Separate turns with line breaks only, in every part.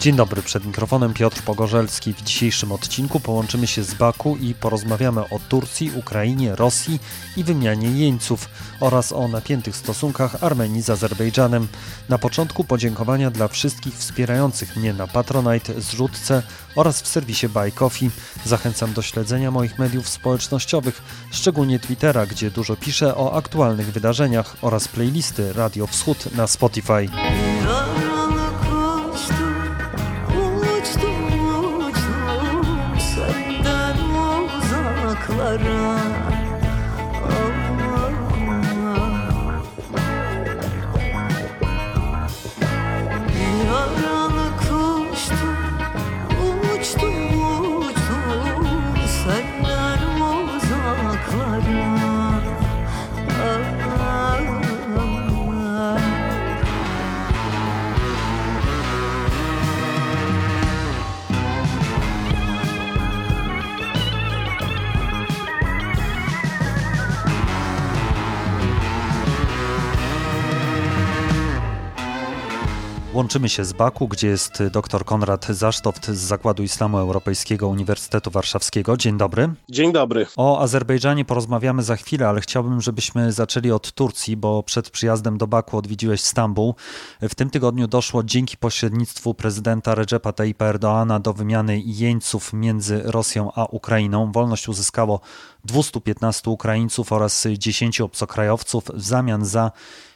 Dzień dobry, przed mikrofonem Piotr Pogorzelski. W dzisiejszym odcinku połączymy się z Baku i porozmawiamy o Turcji, Ukrainie, Rosji i wymianie jeńców oraz o napiętych stosunkach Armenii z Azerbejdżanem. Na początku podziękowania dla wszystkich wspierających mnie na Patronite, Zrzutce oraz w serwisie Buy Coffee. Zachęcam do śledzenia moich mediów społecznościowych, szczególnie Twittera, gdzie dużo piszę o aktualnych wydarzeniach oraz playlisty Radio Wschód na Spotify. Łączymy się z Baku, gdzie jest dr Konrad Zasztoft z Zakładu Islamu Europejskiego Uniwersytetu Warszawskiego. Dzień dobry.
Dzień dobry.
O Azerbejdżanie porozmawiamy za chwilę, ale chciałbym, żebyśmy zaczęli od Turcji, bo przed przyjazdem do Baku odwiedziłeś Stambuł. W tym tygodniu doszło dzięki pośrednictwu prezydenta Recepa Tayyipa Erdoğana do wymiany jeńców między Rosją a Ukrainą. Wolność uzyskało 215 Ukraińców oraz 10 obcokrajowców w zamian za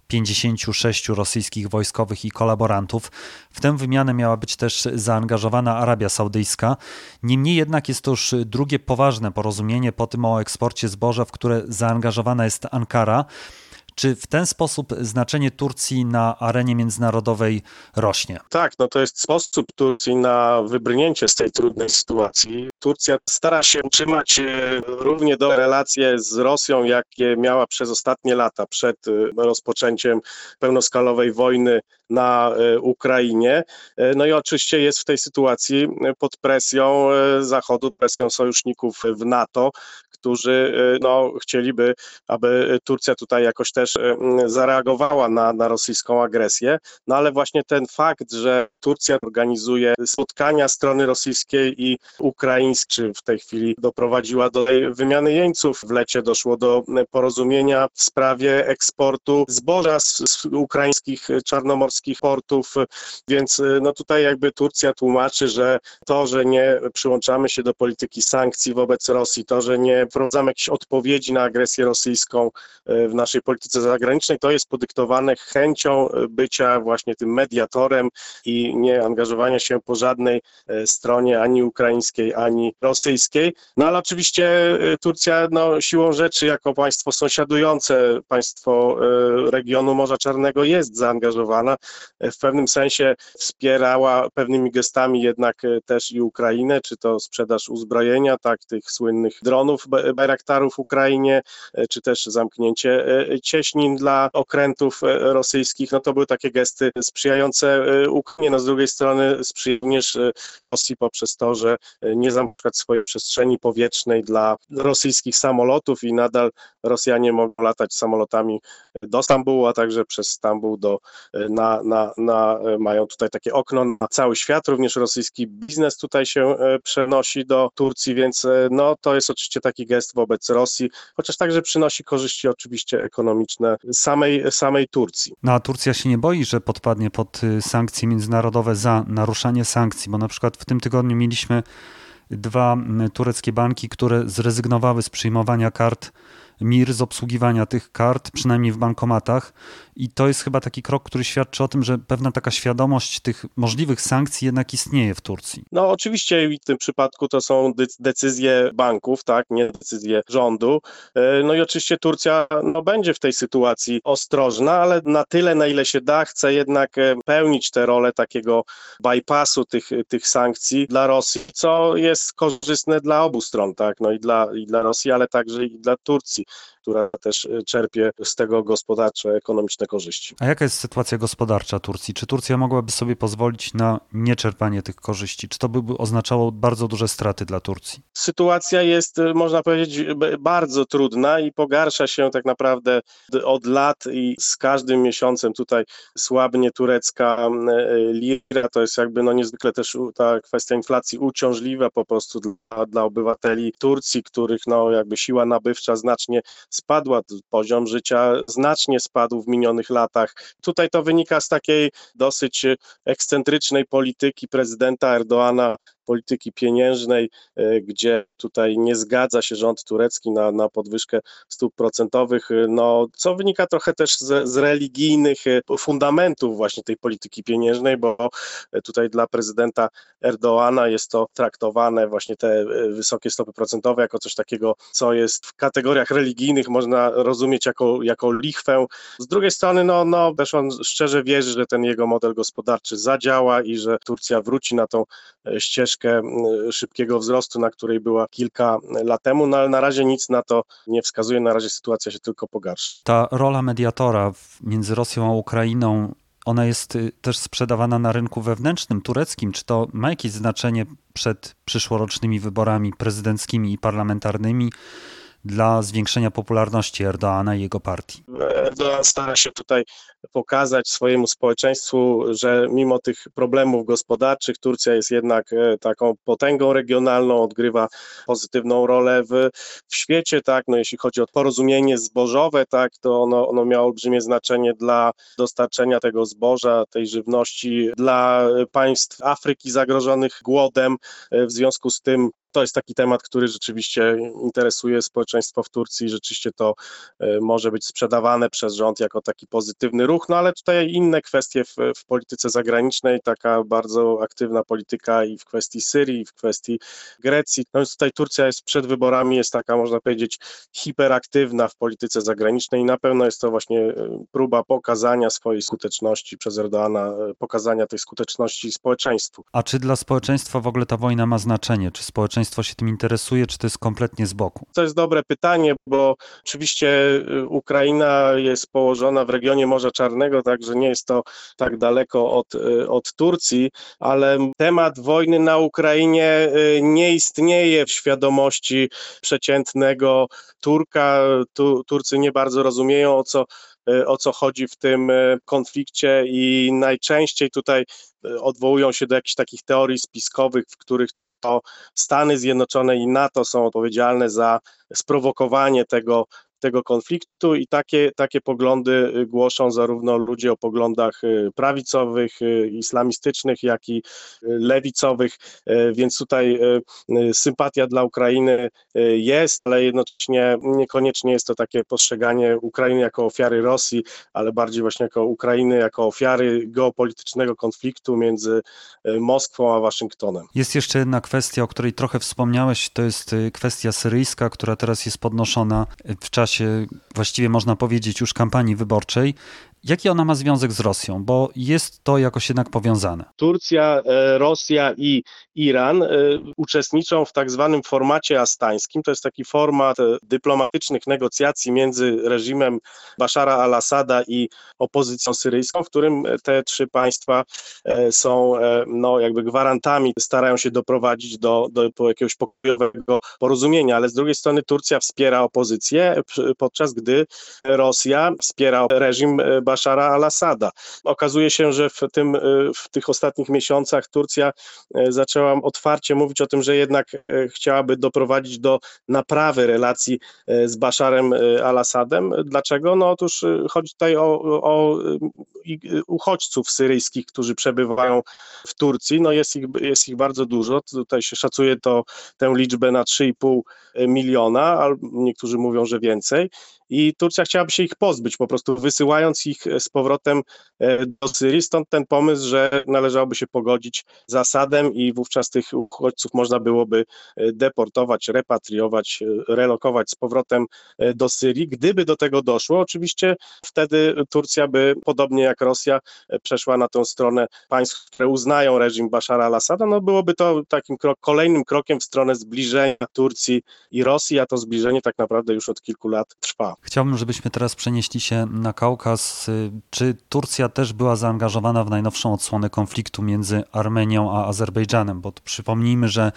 56 rosyjskich wojskowych i kolaborantów. W tę wymianę miała być też zaangażowana Arabia Saudyjska. Niemniej jednak jest to już drugie poważne porozumienie po tym o eksporcie zboża, w które zaangażowana jest Ankara. Czy w ten sposób znaczenie Turcji na arenie międzynarodowej rośnie?
Tak, to jest sposób Turcji na wybrnięcie z tej trudnej sytuacji. Turcja stara się utrzymać równie dobre relacje z Rosją, jakie miała przez ostatnie lata przed rozpoczęciem pełnoskalowej wojny na Ukrainie. No i oczywiście jest w tej sytuacji pod presją Zachodu, presją sojuszników w NATO, którzy chcieliby, aby Turcja tutaj jakoś też zareagowała na rosyjską agresję. No ale właśnie ten fakt, że Turcja organizuje spotkania strony rosyjskiej i ukraińskiej, czy w tej chwili doprowadziła do tej wymiany jeńców. W lecie doszło do porozumienia w sprawie eksportu zboża z ukraińskich czarnomorskich portów, więc tutaj jakby Turcja tłumaczy, że to, że nie przyłączamy się do polityki sankcji wobec Rosji, to, że nie wprowadzamy jakichś odpowiedzi na agresję rosyjską w naszej polityce zagranicznej, to jest podyktowane chęcią bycia właśnie tym mediatorem i nie angażowania się po żadnej stronie, ani ukraińskiej, ani rosyjskiej. No ale oczywiście Turcja siłą rzeczy jako państwo sąsiadujące, państwo regionu Morza Czarnego jest zaangażowana. W pewnym sensie wspierała pewnymi gestami jednak też i Ukrainę, czy to sprzedaż uzbrojenia, tak, tych słynnych dronów Bayraktarów Ukrainie, czy też zamknięcie cieśnin dla okrętów rosyjskich. To były takie gesty sprzyjające Ukrainie. Z drugiej strony sprzyja również Rosji poprzez to, że nie zamknąć swojej przestrzeni powietrznej dla rosyjskich samolotów i nadal Rosjanie mogą latać samolotami do Stambułu, a także przez Stambuł mają tutaj takie okno na cały świat. Również rosyjski biznes tutaj się przenosi do Turcji, więc to jest oczywiście taki gest wobec Rosji, chociaż także przynosi korzyści oczywiście ekonomiczne samej Turcji.
A Turcja się nie boi, że podpadnie pod sankcje międzynarodowe za naruszanie sankcji, bo na przykład w tym tygodniu mieliśmy 2 tureckie banki, które zrezygnowały z przyjmowania kart MIR, z obsługiwania tych kart, przynajmniej w bankomatach. I to jest chyba taki krok, który świadczy o tym, że pewna taka świadomość tych możliwych sankcji jednak istnieje w Turcji.
Oczywiście w tym przypadku to są decyzje banków, tak, nie decyzje rządu. I oczywiście Turcja będzie w tej sytuacji ostrożna, ale na tyle, na ile się da, chce jednak pełnić tę rolę takiego bypassu tych sankcji dla Rosji, co jest korzystne dla obu stron, tak, i dla Rosji, ale także i dla Turcji. która też czerpie z tego gospodarcze, ekonomiczne korzyści.
A jaka jest sytuacja gospodarcza Turcji? Czy Turcja mogłaby sobie pozwolić na nieczerpanie tych korzyści? Czy to by oznaczało bardzo duże straty dla Turcji?
Sytuacja jest, można powiedzieć, bardzo trudna i pogarsza się tak naprawdę od lat i z każdym miesiącem tutaj słabnie turecka lira. To jest jakby niezwykle też ta kwestia inflacji uciążliwa po prostu dla obywateli Turcji, których jakby siła nabywcza znacznie spadła, poziom życia znacznie spadł w minionych latach. Tutaj to wynika z takiej dosyć ekscentrycznej polityki prezydenta Erdoğana, polityki pieniężnej, gdzie tutaj nie zgadza się rząd turecki na podwyżkę stóp procentowych, co wynika trochę też z religijnych fundamentów właśnie tej polityki pieniężnej, bo tutaj dla prezydenta Erdoğana jest to traktowane właśnie te wysokie stopy procentowe jako coś takiego, co jest w kategoriach religijnych można rozumieć jako lichwę. Z drugiej strony, też on szczerze wierzy, że ten jego model gospodarczy zadziała i że Turcja wróci na tą ścieżkę szybkiego wzrostu, na której była kilka lat temu, ale na razie nic na to nie wskazuje, na razie sytuacja się tylko pogarsza.
Ta rola mediatora między Rosją a Ukrainą, ona jest też sprzedawana na rynku wewnętrznym, tureckim. Czy to ma jakieś znaczenie przed przyszłorocznymi wyborami prezydenckimi i parlamentarnymi dla zwiększenia popularności Erdoğana i jego partii?
Erdoğan stara się tutaj pokazać swojemu społeczeństwu, że mimo tych problemów gospodarczych Turcja jest jednak taką potęgą regionalną, odgrywa pozytywną rolę w świecie, tak, jeśli chodzi o porozumienie zbożowe, tak, to ono miało olbrzymie znaczenie dla dostarczenia tego zboża, tej żywności dla państw Afryki zagrożonych głodem. W związku z tym to jest taki temat, który rzeczywiście interesuje społeczeństwo w Turcji. Rzeczywiście to może być sprzedawane przez rząd jako taki pozytywny ruch, ale tutaj inne kwestie w polityce zagranicznej, taka bardzo aktywna polityka i w kwestii Syrii, i w kwestii Grecji. Więc tutaj Turcja jest przed wyborami, jest taka, można powiedzieć, hiperaktywna w polityce zagranicznej i na pewno jest to właśnie próba pokazania swojej skuteczności przez Erdoğana, pokazania tej skuteczności społeczeństwu.
A czy dla społeczeństwa w ogóle ta wojna ma znaczenie? Czy społeczeństwo się tym interesuje, czy to jest kompletnie z boku?
To jest dobre pytanie, bo oczywiście Ukraina jest położona w regionie Morza Czarnego, także nie jest to tak daleko od Turcji, ale temat wojny na Ukrainie nie istnieje w świadomości przeciętnego Turka. Turcy nie bardzo rozumieją, o co chodzi w tym konflikcie i najczęściej tutaj odwołują się do jakichś takich teorii spiskowych, w których to Stany Zjednoczone i NATO są odpowiedzialne za sprowokowanie tego konfliktu i takie poglądy głoszą zarówno ludzie o poglądach prawicowych, islamistycznych, jak i lewicowych, więc tutaj sympatia dla Ukrainy jest, ale jednocześnie niekoniecznie jest to takie postrzeganie Ukrainy jako ofiary Rosji, ale bardziej właśnie jako Ukrainy, jako ofiary geopolitycznego konfliktu między Moskwą a Waszyngtonem.
Jest jeszcze jedna kwestia, o której trochę wspomniałeś, to jest kwestia syryjska, która teraz jest podnoszona w czasie, właściwie można powiedzieć, już kampanii wyborczej. Jaki ona ma związek z Rosją? Bo jest to jakoś jednak powiązane.
Turcja, Rosja i Iran uczestniczą w tak zwanym formacie astańskim. To jest taki format dyplomatycznych negocjacji między reżimem Bashara al-Assada i opozycją syryjską, w którym te trzy państwa są jakby gwarantami, starają się doprowadzić do jakiegoś pokojowego porozumienia, ale z drugiej strony Turcja wspiera opozycję, podczas gdy Rosja wspiera reżim Bashara al-Assada. Okazuje się, że w tych ostatnich miesiącach Turcja zaczęła otwarcie mówić o tym, że jednak chciałaby doprowadzić do naprawy relacji z Basharem al-Assadem. Dlaczego? Otóż chodzi tutaj o uchodźców syryjskich, którzy przebywają w Turcji. Jest ich bardzo dużo. Tutaj się szacuje tę liczbę na 3,5 miliona, a niektórzy mówią, że więcej. I Turcja chciałaby się ich pozbyć, po prostu wysyłając ich z powrotem do Syrii. Stąd ten pomysł, że należałoby się pogodzić z Asadem i wówczas tych uchodźców można byłoby deportować, repatriować, relokować z powrotem do Syrii. Gdyby do tego doszło, oczywiście wtedy Turcja by, podobnie jak Rosja, przeszła na tę stronę państw, które uznają reżim Bashara al-Assada. Byłoby to takim kolejnym krokiem w stronę zbliżenia Turcji i Rosji, a to zbliżenie tak naprawdę już od kilku lat trwa.
Chciałbym, żebyśmy teraz przenieśli się na Kaukaz. Czy Turcja też była zaangażowana w najnowszą odsłonę konfliktu między Armenią a Azerbejdżanem? Bo przypomnijmy, że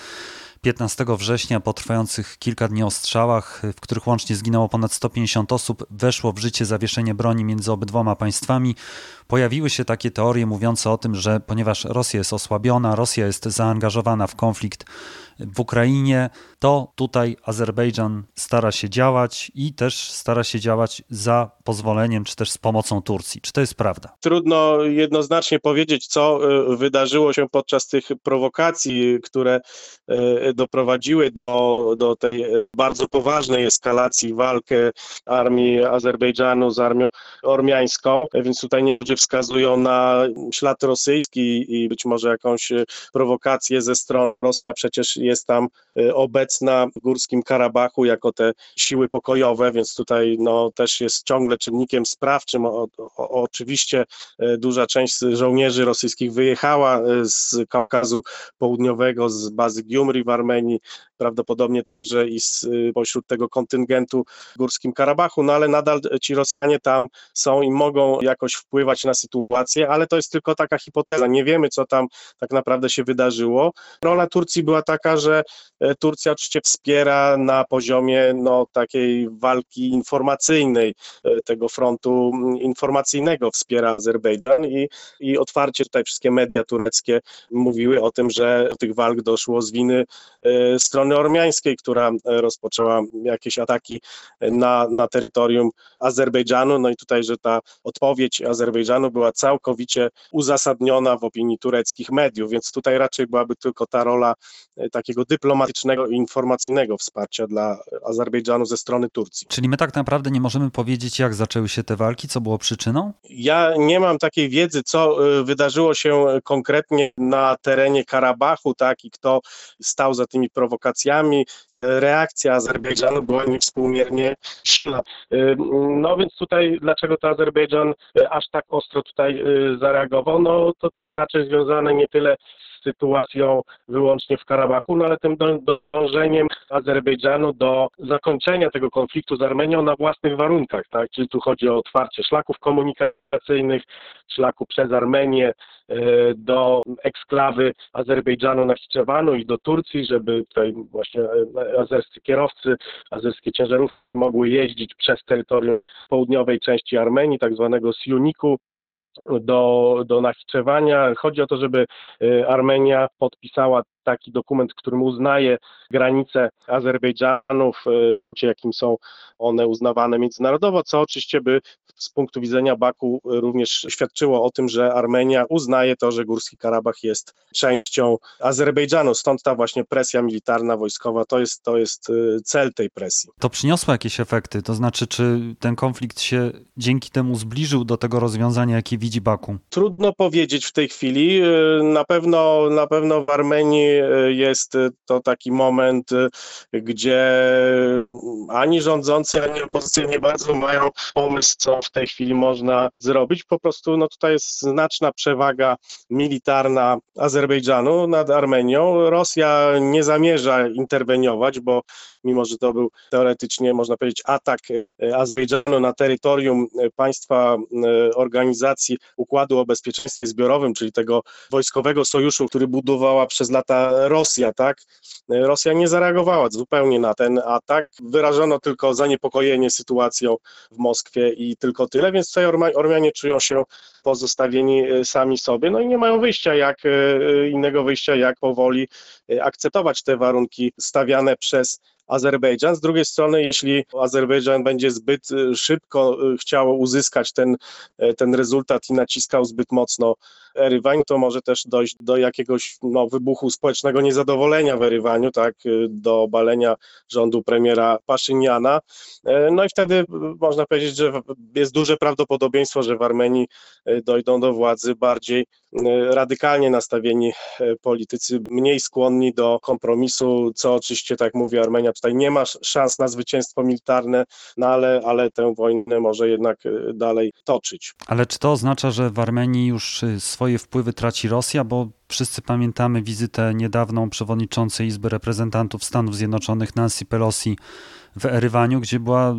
15 września po trwających kilka dni ostrzałach, w których łącznie zginęło ponad 150 osób, weszło w życie zawieszenie broni między obydwoma państwami. Pojawiły się takie teorie mówiące o tym, że ponieważ Rosja jest osłabiona, Rosja jest zaangażowana w konflikt w Ukrainie, to tutaj Azerbejdżan stara się działać i też stara się działać za pozwoleniem, czy też z pomocą Turcji. Czy to jest prawda?
Trudno jednoznacznie powiedzieć, co wydarzyło się podczas tych prowokacji, które doprowadziły do tej bardzo poważnej eskalacji walki armii Azerbejdżanu z armią ormiańską, więc tutaj niektórzy wskazują na ślad rosyjski i być może jakąś prowokację ze strony Rosji. Przecież jest tam obecna w Górskim Karabachu jako te siły pokojowe, więc tutaj też jest ciągle czynnikiem sprawczym. Oczywiście duża część żołnierzy rosyjskich wyjechała z Kaukazu Południowego, z bazy Gyumri w Armenii, prawdopodobnie że i pośród tego kontyngentu w Górskim Karabachu, ale nadal ci Rosjanie tam są i mogą jakoś wpływać na sytuację, ale to jest tylko taka hipoteza. Nie wiemy, co tam tak naprawdę się wydarzyło. Rola Turcji była taka, że Turcja oczywiście wspiera na poziomie takiej walki informacyjnej, tego frontu informacyjnego wspiera Azerbejdżan i otwarcie tutaj wszystkie media tureckie mówiły o tym, że do tych walk doszło z winy strony ormiańskiej, która rozpoczęła jakieś ataki na terytorium Azerbejdżanu. I tutaj, że ta odpowiedź Azerbejdżanu była całkowicie uzasadniona w opinii tureckich mediów, więc tutaj raczej byłaby tylko ta rola takiego dyplomatycznego i informacyjnego wsparcia dla Azerbejdżanu ze strony Turcji.
Czyli my tak naprawdę nie możemy powiedzieć, jak zaczęły się te walki, co było przyczyną?
Ja nie mam takiej wiedzy, co wydarzyło się konkretnie na terenie Karabachu, tak, i kto stał za tymi prowokacjami. Reakcja Azerbejdżanu była niewspółmiernie silna. Więc tutaj dlaczego to Azerbejdżan aż tak ostro tutaj zareagował? To raczej związane nie tyle z sytuacją wyłącznie w Karabachu, ale tym dążeniem Azerbejdżanu do zakończenia tego konfliktu z Armenią na własnych warunkach, tak? Czyli tu chodzi o otwarcie szlaków komunikacyjnych, szlaku przez Armenię do eksklawy Azerbejdżanu na Nachiczewanu i do Turcji, żeby tutaj właśnie azerscy kierowcy, azerskie ciężarówki mogły jeździć przez terytorium południowej części Armenii, tak zwanego Siuniku, do Nachiczewania. Chodzi o to, żeby Armenia podpisała taki dokument, którym uznaje granice Azerbejdżanu, jakim są one uznawane międzynarodowo, co oczywiście by z punktu widzenia Baku również świadczyło o tym, że Armenia uznaje to, że Górski Karabach jest częścią Azerbejdżanu. Stąd ta właśnie presja militarna, wojskowa, to jest cel tej presji.
To przyniosło jakieś efekty? To znaczy, czy ten konflikt się dzięki temu zbliżył do tego rozwiązania, jakie widzi Baku?
Trudno powiedzieć w tej chwili. Na pewno w Armenii jest to taki moment, gdzie ani rządzący, ani opozycja nie bardzo mają pomysł, co w tej chwili można zrobić. Po prostu tutaj jest znaczna przewaga militarna Azerbejdżanu nad Armenią. Rosja nie zamierza interweniować, bo mimo że to był teoretycznie, można powiedzieć, atak Azerbejdżanu na terytorium państwa organizacji Układu o Bezpieczeństwie Zbiorowym, czyli tego wojskowego sojuszu, który budowała przez lata Rosja, tak? Rosja nie zareagowała zupełnie na ten atak. Wyrażono tylko zaniepokojenie sytuacją w Moskwie i tylko tyle, więc tutaj Ormianie czują się pozostawieni sami sobie, i nie mają innego wyjścia, jak powoli akceptować te warunki stawiane przez Azerbejdżan. Z drugiej strony, jeśli Azerbejdżan będzie zbyt szybko chciał uzyskać ten rezultat i naciskał zbyt mocno Erywan, to może też dojść do jakiegoś wybuchu społecznego niezadowolenia w Erywaniu, tak, do obalenia rządu premiera Paszyniana. I wtedy można powiedzieć, że jest duże prawdopodobieństwo, że w Armenii dojdą do władzy bardziej radykalnie nastawieni politycy, mniej skłonni do kompromisu, co oczywiście, tak mówię, Armenia tutaj nie ma szans na zwycięstwo militarne, ale tę wojnę może jednak dalej toczyć.
Ale czy to oznacza, że w Armenii już swoje wpływy traci Rosja? Bo wszyscy pamiętamy wizytę niedawną przewodniczącej Izby Reprezentantów Stanów Zjednoczonych Nancy Pelosi w Erywaniu, gdzie była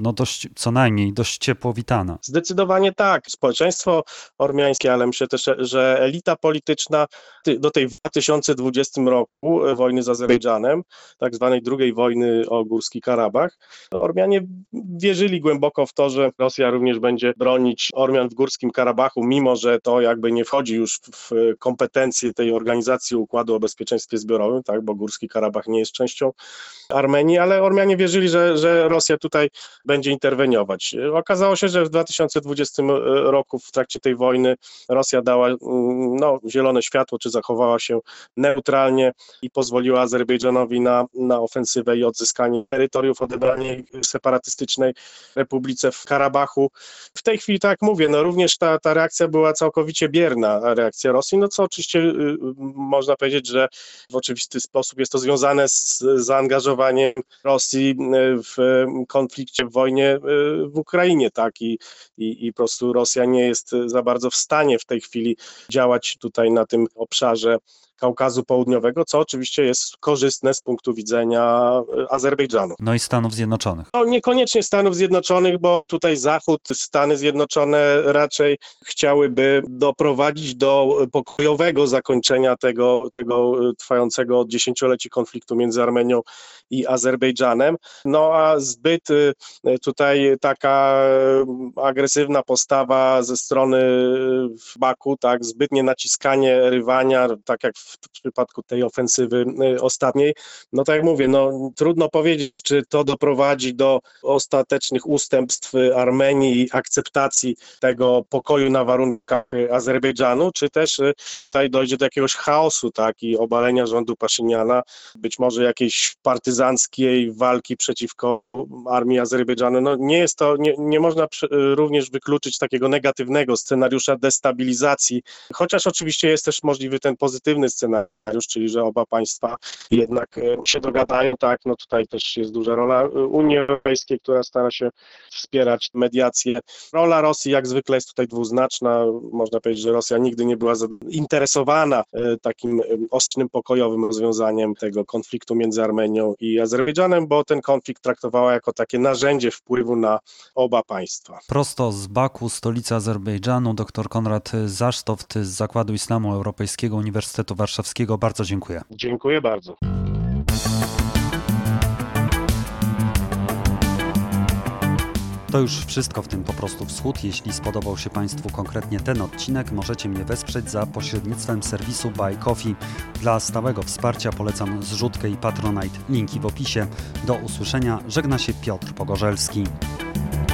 dość ciepło witana.
Zdecydowanie tak. Społeczeństwo ormiańskie, ale myślę też, że elita polityczna do tej w 2020 roku wojny z Azerbejdżanem, tak zwanej drugiej wojny o Górski Karabach, Ormianie wierzyli głęboko w to, że Rosja również będzie bronić Ormian w Górskim Karabachu, mimo że to jakby nie wchodzi już w kompetencje tej organizacji Układu o Bezpieczeństwie Zbiorowym, tak, bo Górski Karabach nie jest częścią Armenii, ale Ormianie wierzyli, że Rosja tutaj będzie interweniować. Okazało się, że w 2020 roku w trakcie tej wojny Rosja dała zielone światło, czy zachowała się neutralnie i pozwoliła Azerbejdżanowi na ofensywę i odzyskanie terytoriów odebranej separatystycznej republice w Karabachu. W tej chwili, tak jak mówię, również ta reakcja była całkowicie bierna, reakcja Rosji, co oczywiście można powiedzieć, że w oczywisty sposób jest to związane z zaangażowaniem Rosji w konflikcie, w wojnie w Ukrainie, tak, i po prostu Rosja nie jest za bardzo w stanie w tej chwili działać tutaj na tym obszarze Kaukazu Południowego, co oczywiście jest korzystne z punktu widzenia Azerbejdżanu.
No i Stanów Zjednoczonych.
Niekoniecznie Stanów Zjednoczonych, bo tutaj Zachód, Stany Zjednoczone raczej chciałyby doprowadzić do pokojowego zakończenia tego trwającego od dziesięcioleci konfliktu między Armenią i Azerbejdżanem. A zbyt tutaj taka agresywna postawa ze strony Baku, tak, zbytnie naciskanie Erywania, tak jak w przypadku tej ofensywy ostatniej, tak jak mówię, trudno powiedzieć, czy to doprowadzi do ostatecznych ustępstw Armenii i akceptacji tego pokoju na warunkach Azerbejdżanu, czy też tutaj dojdzie do jakiegoś chaosu, tak, i obalenia rządu Paszyniana, być może jakiejś partyzanckiej walki przeciwko armii Azerbejdżanu. Nie można również wykluczyć takiego negatywnego scenariusza destabilizacji, chociaż oczywiście jest też możliwy ten pozytywny scenariusz, czyli że oba państwa jednak się dogadają, tak, tutaj też jest duża rola Unii Europejskiej, która stara się wspierać mediację. Rola Rosji jak zwykle jest tutaj dwuznaczna. Można powiedzieć, że Rosja nigdy nie była zainteresowana takim ostrym, pokojowym rozwiązaniem tego konfliktu między Armenią i Azerbejdżanem, bo ten konflikt traktowała jako takie narzędzie wpływu na oba państwa.
Prosto z Baku, stolicy Azerbejdżanu, dr Konrad Zasztoft z Zakładu Islamu Europejskiego Uniwersytetu Warszawskiego. Bardzo dziękuję.
Dziękuję bardzo.
To już wszystko w tym Po prostu Wschód. Jeśli spodobał się Państwu konkretnie ten odcinek, możecie mnie wesprzeć za pośrednictwem serwisu Buy Coffee. Dla stałego wsparcia polecam zrzutkę i Patronite. Linki w opisie. Do usłyszenia. Żegna się Piotr Pogorzelski.